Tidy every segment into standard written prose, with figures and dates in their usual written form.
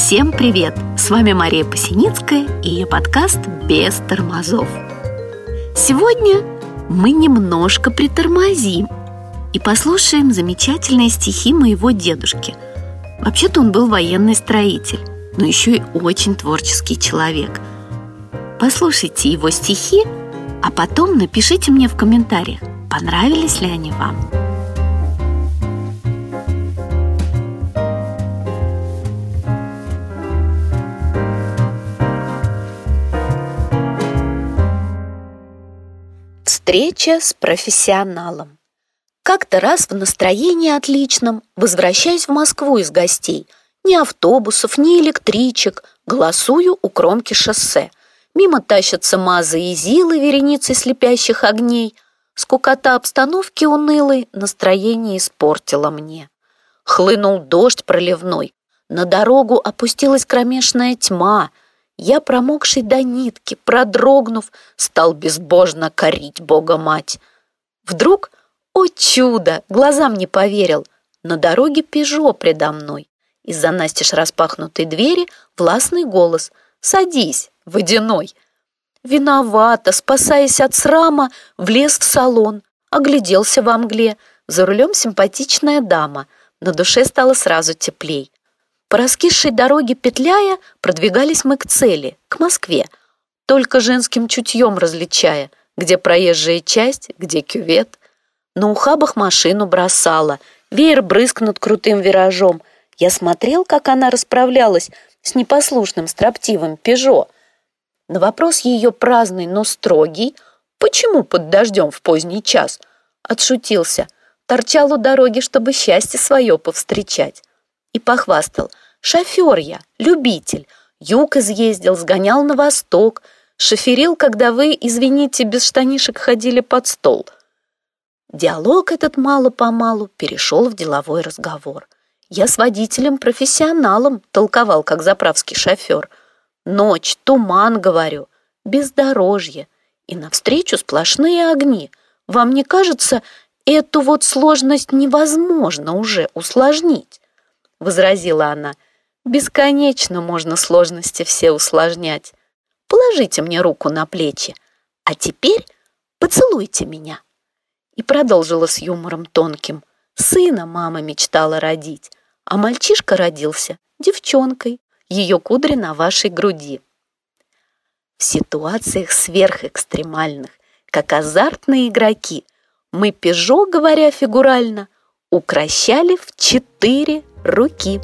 Всем привет! С вами Мария Посеницкая и ее подкаст «Без тормозов». Сегодня мы немножко притормозим и послушаем замечательные стихи моего дедушки. Вообще-то он был военный строитель, но еще и очень творческий человек. Послушайте его стихи, а потом напишите мне в комментариях, понравились ли они вам. Встреча с профессионалом. Как-то раз в настроении отличном возвращаюсь в Москву из гостей. Ни автобусов, ни электричек. Голосую у кромки шоссе. Мимо тащатся МАЗы и ЗИЛы вереницей слепящих огней. Скукота обстановки унылой настроение испортила мне. Хлынул дождь проливной. На дорогу опустилась кромешная тьма. Я, промокший до нитки, продрогнув, стал безбожно корить Бога-мать. Вдруг, о чудо, глазам не поверил, на дороге «Пежо» предо мной. Из-за настежь распахнутой двери властный голос: «Садись, водяной!» Виновато, спасаясь от срама, влез в салон, огляделся во мгле. За рулем симпатичная дама, на душе стало сразу теплей. По раскисшей дороге петляя, продвигались мы к цели, к Москве, только женским чутьем различая, где проезжая часть, где кювет. На ухабах машину бросала, веер брызг над крутым виражом. Я смотрел, как она расправлялась с непослушным строптивым «Пежо». На вопрос ее праздный, но строгий: «Почему под дождем в поздний час?» отшутился: торчал у дороги, чтобы счастье свое повстречать. И похвастал: «Шофер я, любитель, юг изъездил, сгонял на восток, шоферил, когда вы, извините, без штанишек ходили под стол». Диалог этот мало-помалу перешел в деловой разговор. Я с водителем-профессионалом толковал, как заправский шофер. Ночь, туман, говорю, бездорожье, и навстречу сплошные огни. Вам не кажется, эту вот сложность невозможно уже усложнить? Возразила она: «Бесконечно можно сложности все усложнять. Положите мне руку на плечи, а теперь поцелуйте меня». И продолжила с юмором тонким: «Сына мама мечтала родить, а мальчишка родился девчонкой, ее кудри на вашей груди». В ситуациях сверхэкстремальных, как азартные игроки, мы «Пежо», говоря фигурально, укращали в 4 руки.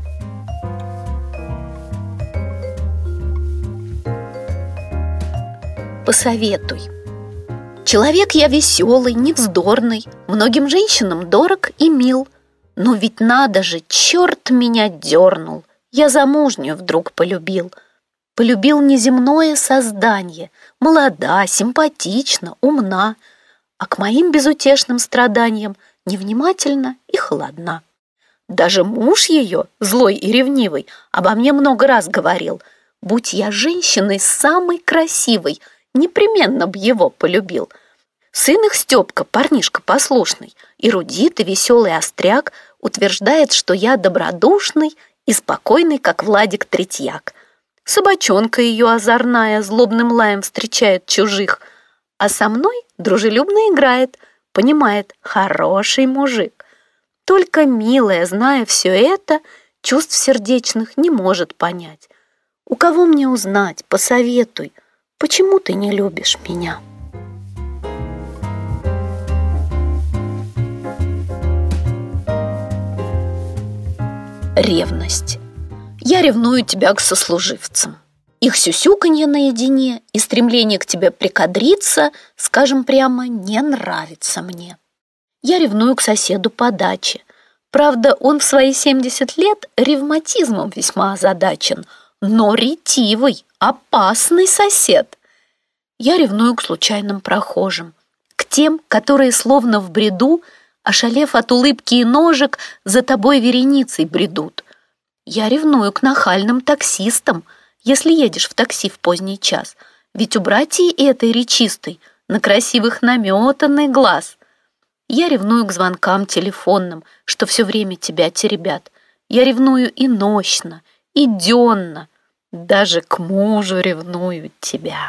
Посоветуй. Человек я веселый, невздорный, многим женщинам дорог и мил. Но ведь надо же, черт меня дернул, я замужнюю вдруг полюбил. Полюбил неземное создание, молода, симпатична, умна, а к моим безутешным страданиям невнимательна и холодна. Даже муж ее, злой и ревнивый, обо мне много раз говорил: будь я женщиной самой красивой, непременно б его полюбил. Сын их, Степка, парнишка послушный, эрудит и веселый остряк, утверждает, что я добродушный и спокойный, как Владик Третьяк. Собачонка ее озорная злобным лаем встречает чужих, а со мной дружелюбно играет, понимает: хороший мужик. Только милая, зная все это, чувств сердечных не может понять. У кого мне узнать? Посоветуй, почему ты не любишь меня? Ревность. Я ревную тебя к сослуживцам. Их сюсюканье наедине и стремление к тебе прикадриться, скажем прямо, не нравится мне. Я ревную к соседу по даче. Правда, он в свои 70 лет ревматизмом весьма озадачен, но ретивый, опасный сосед. Я ревную к случайным прохожим, к тем, которые словно в бреду, ошалев от улыбки и ножек, за тобой вереницей бредут. Я ревную к нахальным таксистам, если едешь в такси в поздний час, ведь у братьи этой речистой на красивых наметанный глаз. Я ревную к звонкам телефонным, что все время тебя теребят. Я ревную и нощно, и денно, даже к мужу ревнуют тебя.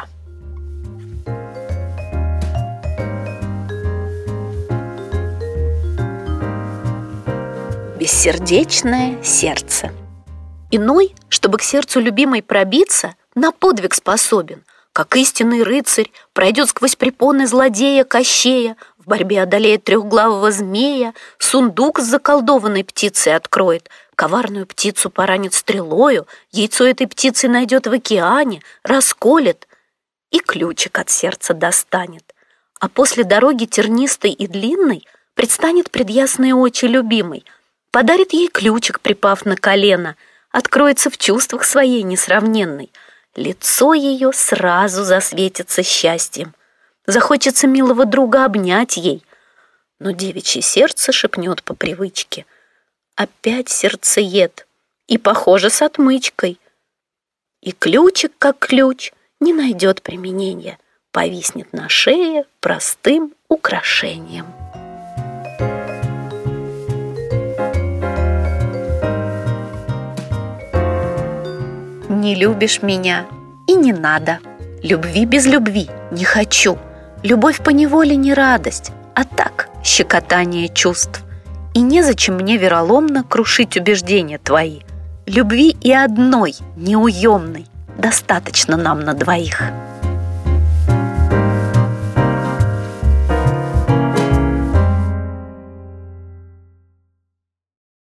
Бессердечное сердце. Иной, чтобы к сердцу любимой пробиться, на подвиг способен, как истинный рыцарь, пройдет сквозь препоны злодея Кощея, в борьбе одолеет трехглавого змея, сундук с заколдованной птицей откроет, коварную птицу поранит стрелою, яйцо этой птицы найдет в океане, расколет и ключик от сердца достанет. А после дороги тернистой и длинной предстанет пред ясные очи любимой, подарит ей ключик, припав на колено, откроется в чувствах своей несравненной. Лицо ее сразу засветится счастьем. Захочется милого друга обнять ей. Но девичье сердце шепнет по привычке: опять сердцеед, и, похоже, с отмычкой. И ключик, как ключ, не найдет применения, повиснет на шее простым украшением. Не любишь меня, и не надо. Любви без любви не хочу. Любовь поневоле не радость, а так щекотание чувств. И незачем мне вероломно крушить убеждения твои. Любви и одной, неуемной, достаточно нам на двоих.